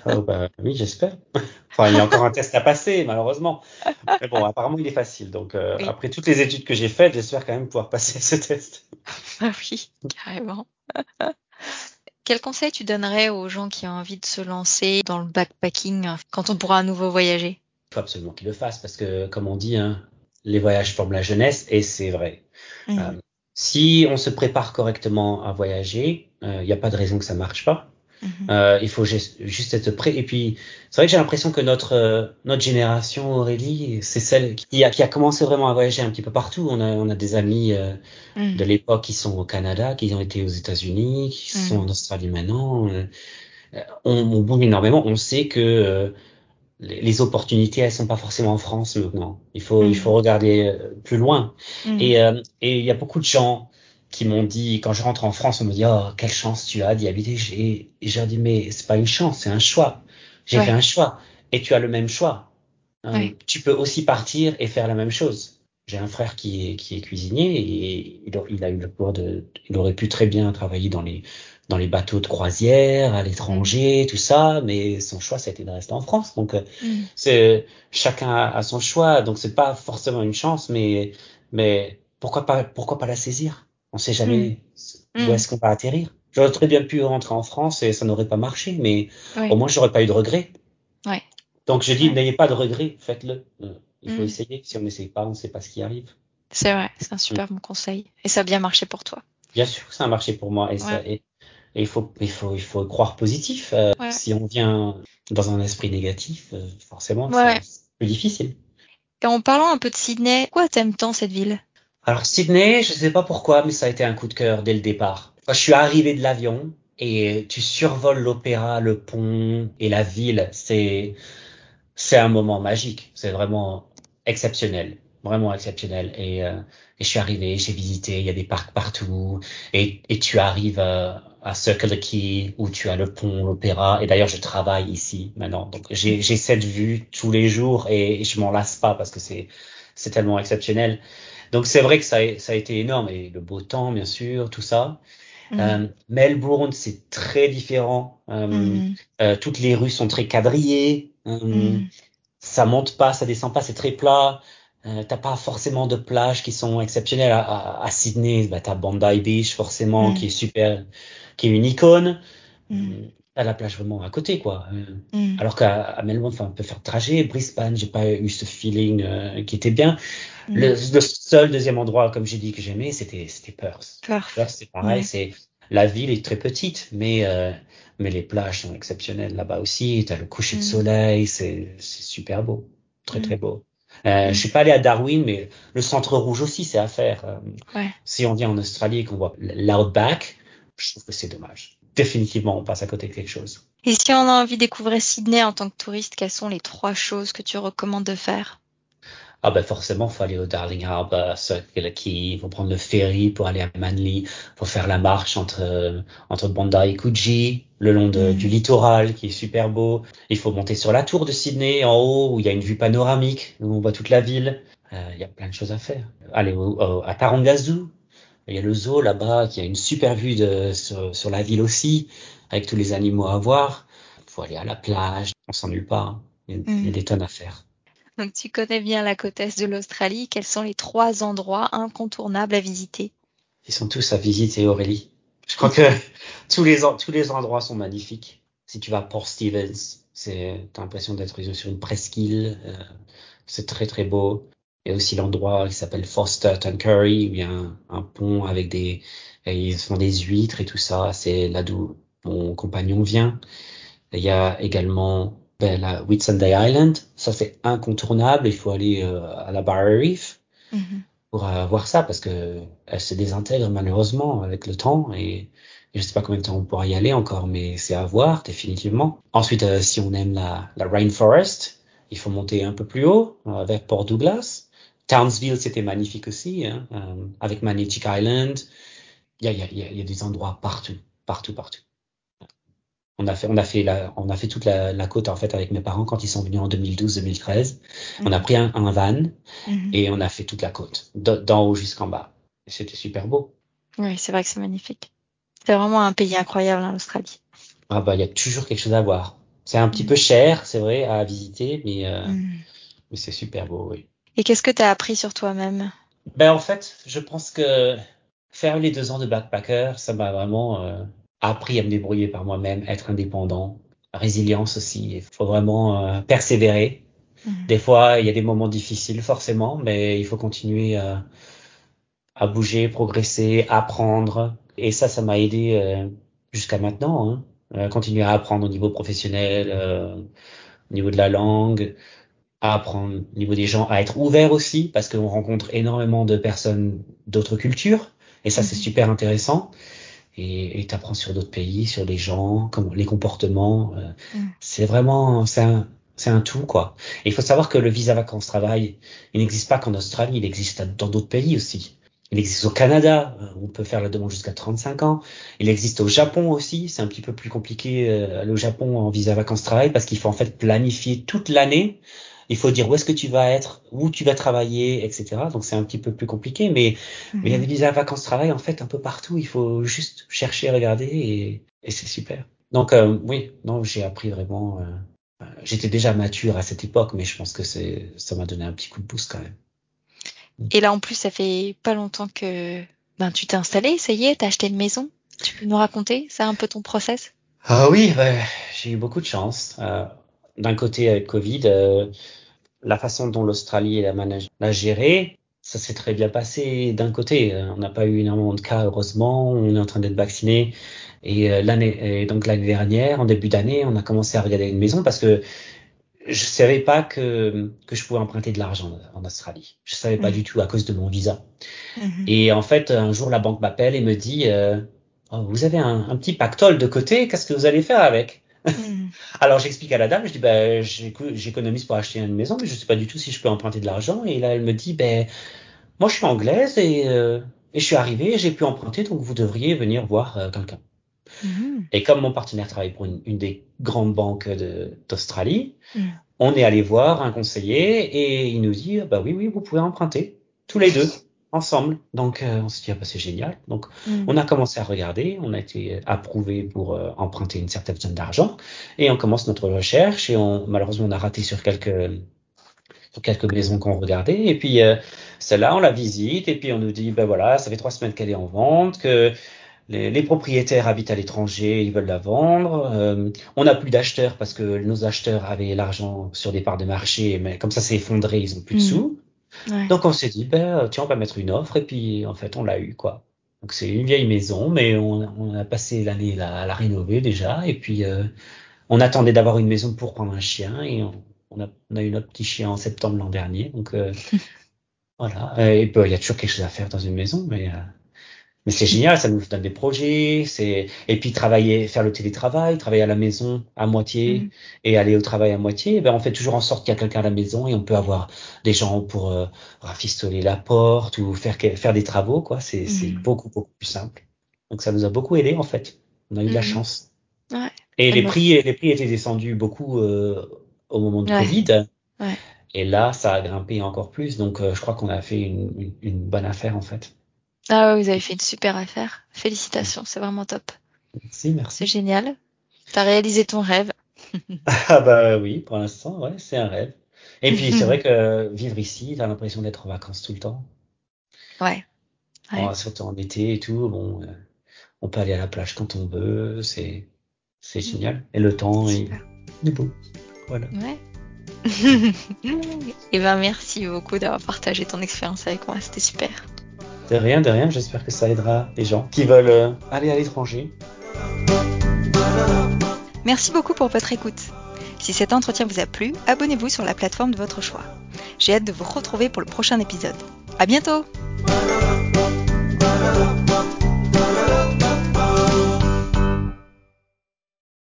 Oh, bah oui, j'espère. Enfin, il y a encore un test à passer, malheureusement. Mais bon, apparemment, il est facile. Donc, euh, Oui, après toutes les études que j'ai faites, j'espère quand même pouvoir passer ce test. ah oui, carrément. Quel conseil tu donnerais aux gens qui ont envie de se lancer dans le backpacking euh, quand on pourra à nouveau voyager? Il faut absolument qu'ils le fassent parce que, comme on dit, hein, les voyages forment la jeunesse et c'est vrai. Mhm, Euh, Si on se prépare correctement à voyager, il n'y a pas de raison que ça marche pas. mhm, Euh, il faut juste, juste être prêt. Et puis, c'est vrai que j'ai l'impression que notre euh, notre génération, Aurélie, c'est celle qui a qui a commencé vraiment à voyager un petit peu partout. On a on a des amis euh, de mhm, l'époque qui sont au Canada, qui ont été aux États-Unis, qui sont mhm. en Australie maintenant. Euh, on, on bouge énormément. On sait que euh, les, les opportunités, elles sont pas forcément en France maintenant. Il faut, il faut Mhm, regarder euh, plus loin. mhm. Et euh, et il y a beaucoup de gens qui m'ont dit, quand je rentre en France, on me dit, oh, quelle chance tu as d'y habiter. J'ai- Et je leur dis, mais c'est pas une chance, c'est un choix. J'ai fait Ouais, un choix. Et tu as le même choix. Euh, ouais. tu peux aussi partir et faire la même chose. J'ai un frère qui est, qui est cuisinier et il, a- il a eu le cours de, il aurait pu très bien travailler dans les, dans les bateaux de croisière, à Mhm, l'étranger, tout ça, mais son choix, c'était de rester en France. Donc, euh, mhm, c'est, chacun a, a son choix. Donc, c'est pas forcément une chance, mais, mais pourquoi pas, pourquoi pas la saisir? On sait mhm, jamais où mhm. est-ce qu'on va atterrir. J'aurais très bien pu rentrer en France et ça n'aurait pas marché, mais au Ouais, moins, j'aurais pas eu de regrets. ouais, Donc je dis, ouais. n'ayez pas de regrets, faites-le. Euh, Il faut Mhm. essayer. Si on n'essaye pas, on ne sait pas ce qui arrive. C'est vrai, c'est un Mm. super bon conseil. Et ça a bien marché pour toi. Bien sûr que ça a marché pour moi et ça, Ouais, et, et il faut, il faut, il faut croire positif. Euh, ouais, si on vient dans un esprit négatif, euh, forcément, ça, ouais. c'est plus difficile. Et en parlant un peu de Sydney, pourquoi t'aimes tant cette ville? Alors Sydney, je sais pas pourquoi, mais ça a été un coup de cœur dès le départ. Quand je suis arrivé de l'avion et tu survoles l'opéra, le pont et la ville, c'est c'est un moment magique. C'est vraiment exceptionnel, vraiment exceptionnel. Et, euh, et je suis arrivé, j'ai visité, il y a des parcs partout. Et, et tu arrives à, à Circle Quay où tu as le pont, l'opéra. Et d'ailleurs, je travaille ici maintenant, donc j'ai j'ai cette vue tous les jours et, et je m'en lasse pas parce que c'est c'est tellement exceptionnel. Donc c'est vrai que ça a, ça a été énorme et le beau temps, bien sûr, tout ça. Mhm, Euh, Melbourne, c'est très différent. Euh, mhm, euh, toutes les rues sont très quadrillées. Euh, mhm, ça monte pas, ça descend pas, c'est très plat. Euh, t'as pas forcément de plages qui sont exceptionnelles. À, à, à Sydney, bah, t'as Bondi Beach forcément, qui est mhm, super, qui est une icône. mhm, Euh, t'as la plage vraiment à côté, quoi. Euh, mhm, alors qu'à à Melbourne, enfin, on peut faire le trajet. Brisbane, j'ai pas eu ce feeling euh, qui était bien. Le, mhm. le seul deuxième endroit, comme j'ai dit, que j'aimais, c'était c'était Perth. Perth, Perf. c'est pareil, Ouais. c'est la ville est très petite, mais euh, mais les plages sont exceptionnelles là-bas aussi. T'as le coucher de Mhm, soleil, c'est c'est super beau, très très mhm, beau. Euh, je mhm. suis pas allé à Darwin, mais le centre rouge aussi, c'est à faire. Euh, Ouais. si on vient en Australie et qu'on voit l'outback, je trouve que c'est dommage. Définitivement, on passe à côté de quelque chose. Et si on a envie de découvrir Sydney en tant que touriste, quelles sont les trois choses que tu recommandes de faire? Ah ben forcément, faut aller au Darling Harbour, Circle Quay, faut prendre le ferry pour aller à Manly, faut faire la marche entre euh, entre Bondi et Coogee, le long de- du Mhm, littoral qui est super beau. Il faut monter sur la tour de Sydney en haut où il y a une vue panoramique où on voit toute la ville. Euh, Il y a plein de choses à faire. Aller au, au- à Taronga Zoo, il y a le zoo là-bas qui a une super vue de sur, sur la ville aussi avec tous les animaux à voir. Faut aller à la plage, on s'ennuie pas, hein. Il y a, il y a mhm. des tonnes à faire. Donc tu connais bien la côte est de l'Australie. Quels sont les trois endroits incontournables à visiter? Ils sont tous à visiter, Aurélie. Je crois que tous les, en- tous les endroits sont magnifiques. Si tu vas à Port Stevens, c'est, t'as l'impression d'être sur une presqu'île. Euh, c'est très très beau. Il y a aussi l'endroit qui s'appelle Foster Curry, où il y a un, un pont avec des, et ils font des huîtres et tout ça. C'est là d'où mon compagnon vient. Il y a également ben, la Whitsunday Island. Ça, c'est incontournable. Il faut aller euh, à la Barrier Reef Mhm, pour euh, voir ça parce que elle se désintègre malheureusement avec le temps et je sais pas combien de temps on pourra y aller encore, mais c'est à voir définitivement. Ensuite, euh, si on aime la, la rainforest, il faut monter un peu plus haut euh, vers Port Douglas. Townsville, c'était magnifique aussi, hein, euh, avec Magnetic Island. Il y a, il y a, il y a il y a des endroits partout, partout, partout. On a fait, on a fait la, on a fait toute la, la côte en fait avec mes parents quand ils sont venus en deux mille douze, deux mille treize. On a mhm, pris un, un van mhm. et on a fait toute la côte, de- d'en haut jusqu'en bas. Et c'était super beau. Oui, c'est vrai que c'est magnifique. C'est vraiment un pays incroyable, hein, l'Australie. Ah bah, il y a toujours quelque chose à voir. C'est un petit Mm. peu cher, c'est vrai, à visiter, mais, euh, Mm. mais c'est super beau, oui. Et qu'est-ce que tu as appris sur toi-même? Ben, en fait, je pense que faire les deux ans de backpacker, ça m'a vraiment euh, appris à me débrouiller par moi-même, être indépendant, résilience aussi. Il faut vraiment euh, persévérer. Mm. Des fois, il y a des moments difficiles, forcément, mais il faut continuer à, à bouger, progresser, apprendre. Et ça, ça m'a aidé euh, jusqu'à maintenant, hein. Euh, continuer à apprendre au niveau professionnel, euh, au niveau de la langue, à apprendre au niveau des gens, à être ouvert aussi, parce qu'on rencontre énormément de personnes d'autres cultures. Et ça, c'est Mhm. super intéressant. Et tu apprends sur d'autres pays, sur les gens, comment, les comportements. euh, Mm. c'est vraiment, c'est un, c'est un tout, quoi. Et il faut savoir que le visa vacances-travail, il n'existe pas qu'en Australie, il existe dans d'autres pays aussi. Il existe au Canada, euh, on peut faire la demande jusqu'à trente-cinq ans. Il existe au Japon aussi, c'est un petit peu plus compliqué euh, aller au Japon en visa vacances-travail parce qu'il faut en fait planifier toute l'année. Il faut dire où est-ce que tu vas être, où tu vas travailler, et cetera. Donc c'est un petit peu plus compliqué, mais mais il y a des Mhm. visas vacances-travail en fait un peu partout. Il faut juste chercher, regarder et, et c'est super. Donc euh, oui, non, j'ai appris vraiment. euh, euh, J'étais déjà mature à cette époque, mais je pense que c'est ça m'a donné un petit coup de boost quand même. Et là, en plus, ça fait pas longtemps que ben, tu t'es installé, ça y est, t'as acheté une maison. Tu peux nous raconter, ça, un peu ton process? Ah oui, ouais, j'ai eu beaucoup de chance. Euh, d'un côté avec Covid, euh, la façon dont l'Australie l'a managé, l'a géré, ça s'est très bien passé. D'un côté, euh, on n'a pas eu énormément de cas, heureusement. On est en train d'être vacciné. Et euh, l'année, et donc l'année dernière, en début d'année, on a commencé à regarder une maison parce que je savais pas que que je pouvais emprunter de l'argent en Australie. Je savais pas Mhm. du tout à cause de mon visa. Mhm. Et en fait, un jour, la banque m'appelle et me dit, euh, oh, vous avez un, un petit pactole de côté, qu'est-ce que vous allez faire avec? Mhm. Alors j'explique à la dame, je dis ben j'éco- j'économise pour acheter une maison, mais je sais pas du tout si je peux emprunter de l'argent. Et là elle me dit ben moi je suis anglaise et, euh, et je suis arrivée, j'ai pu emprunter, donc vous devriez venir voir euh, quelqu'un. Mhm. Et comme mon partenaire travaille pour une, une des grandes banques de- d'Australie, Mhm. on est allé voir un conseiller et il nous dit bah oui oui vous pouvez emprunter tous les deux ensemble. Donc euh, on s'est dit ah bah c'est génial. Donc on Mhm. a commencé à regarder, on a été approuvé pour euh, emprunter une certaine somme d'argent et on commence notre recherche et on malheureusement on a raté sur quelques sur quelques maisons qu'on regardait et puis euh, celle-là on la visite et puis on nous dit ben voilà ça fait trois semaines qu'elle est en vente que les, les propriétaires habitent à l'étranger, ils veulent la vendre. Euh, on n'a plus d'acheteurs parce que nos acheteurs avaient l'argent sur des parts de marché, mais comme ça s'est effondré, ils ont plus de Mhm. sous. Ouais. Donc on s'est dit, ben tiens, on va mettre une offre et puis en fait on l'a eu quoi. Donc c'est une vieille maison, mais on, on a passé l'année à la rénover déjà et puis euh, on attendait d'avoir une maison pour prendre un chien et on, on a, on a eu notre petit chien en septembre l'an dernier. Donc euh, voilà. Et puis il y a toujours quelque chose à faire dans une maison, mais euh, mais c'est génial, ça nous donne des projets, c'est et puis travailler, faire le télétravail, travailler à la maison à moitié Mhm. et aller au travail à moitié. Ben on fait toujours en sorte qu'il y a quelqu'un à la maison et on peut avoir des gens pour euh, rafistoler la porte ou faire que- faire des travaux quoi. C'est c'est Mhm. beaucoup beaucoup plus simple. Donc ça nous a beaucoup aidé en fait. On a eu de la Mhm. chance. Ouais. Et Et les moi- prix les prix étaient descendus beaucoup euh, au moment de Ouais. Covid Ouais. et là ça a grimpé encore plus. Donc euh, je crois qu'on a fait une, une une bonne affaire en fait. Ah ouais, vous avez fait une super affaire. Félicitations, c'est vraiment top. Merci C'est merci. génial. T'as réalisé ton rêve. Ah bah oui, pour l'instant, ouais, c'est un rêve. Et puis c'est vrai que vivre ici, t'as l'impression d'être en vacances tout le temps. Ouais. Ouais. En- surtout en été et tout, bon, euh, on peut aller à la plage quand on veut, c'est c'est Mhm. génial. Et le temps C'est est, super. est beau. Voilà. Ouais. Et ben merci beaucoup d'avoir partagé ton expérience avec moi, c'était super. De rien, de rien, j'espère que ça aidera les gens qui veulent euh, aller à l'étranger. Merci beaucoup pour votre écoute. Si cet entretien vous a plu, abonnez-vous sur la plateforme de votre choix. J'ai hâte de vous retrouver pour le prochain épisode. À bientôt!